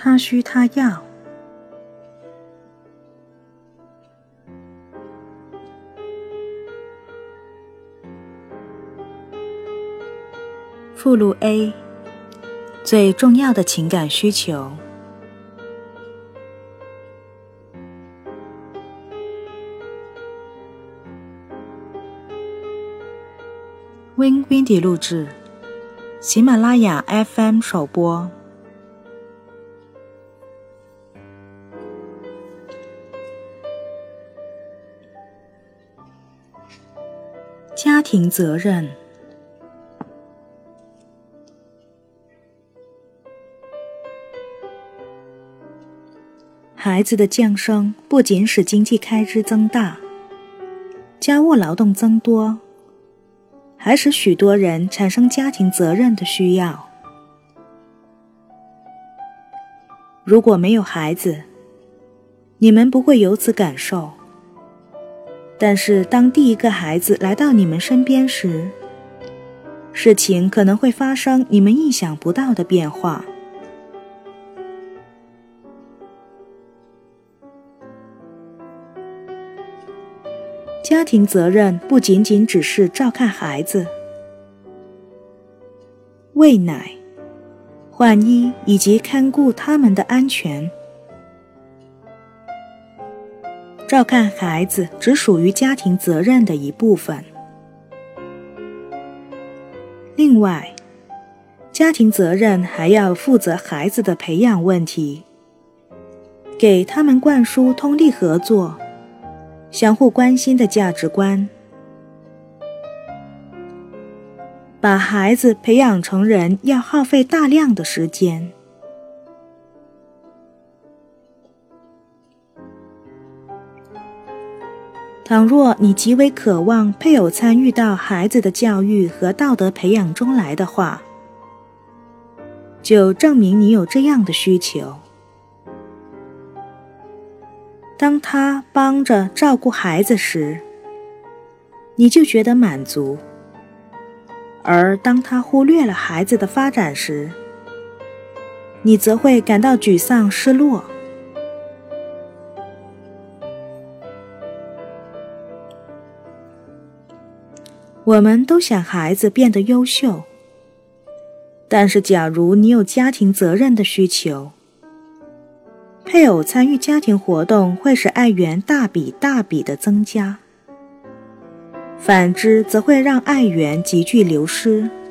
他需他要。附录 A， 最重要的情感需求。Windy 录制，喜马拉雅 FM 首播。家庭责任。孩子的降生不仅使经济开支增大，家务劳动增多，还使许多人产生家庭责任的需要。如果没有孩子，你们不会有此感受。但是当第一个孩子来到你们身边时，事情可能会发生你们意想不到的变化。家庭责任不仅仅只是照看孩子、喂奶、换衣以及看顾他们的安全。照看孩子只属于家庭责任的一部分。另外，家庭责任还要负责孩子的培养问题，给他们灌输通力合作、相互关心的价值观，把孩子培养成人要耗费大量的时间。倘若你极为渴望配偶参与到孩子的教育和道德培养中来的话，就证明你有这样的需求。当他帮着照顾孩子时，你就觉得满足；而当他忽略了孩子的发展时，你则会感到沮丧失落。我们都想孩子变得优秀，但是假如你有家庭责任的需求，配偶参与家庭活动会使爱源大笔地增加，反之则会让爱源急剧流失。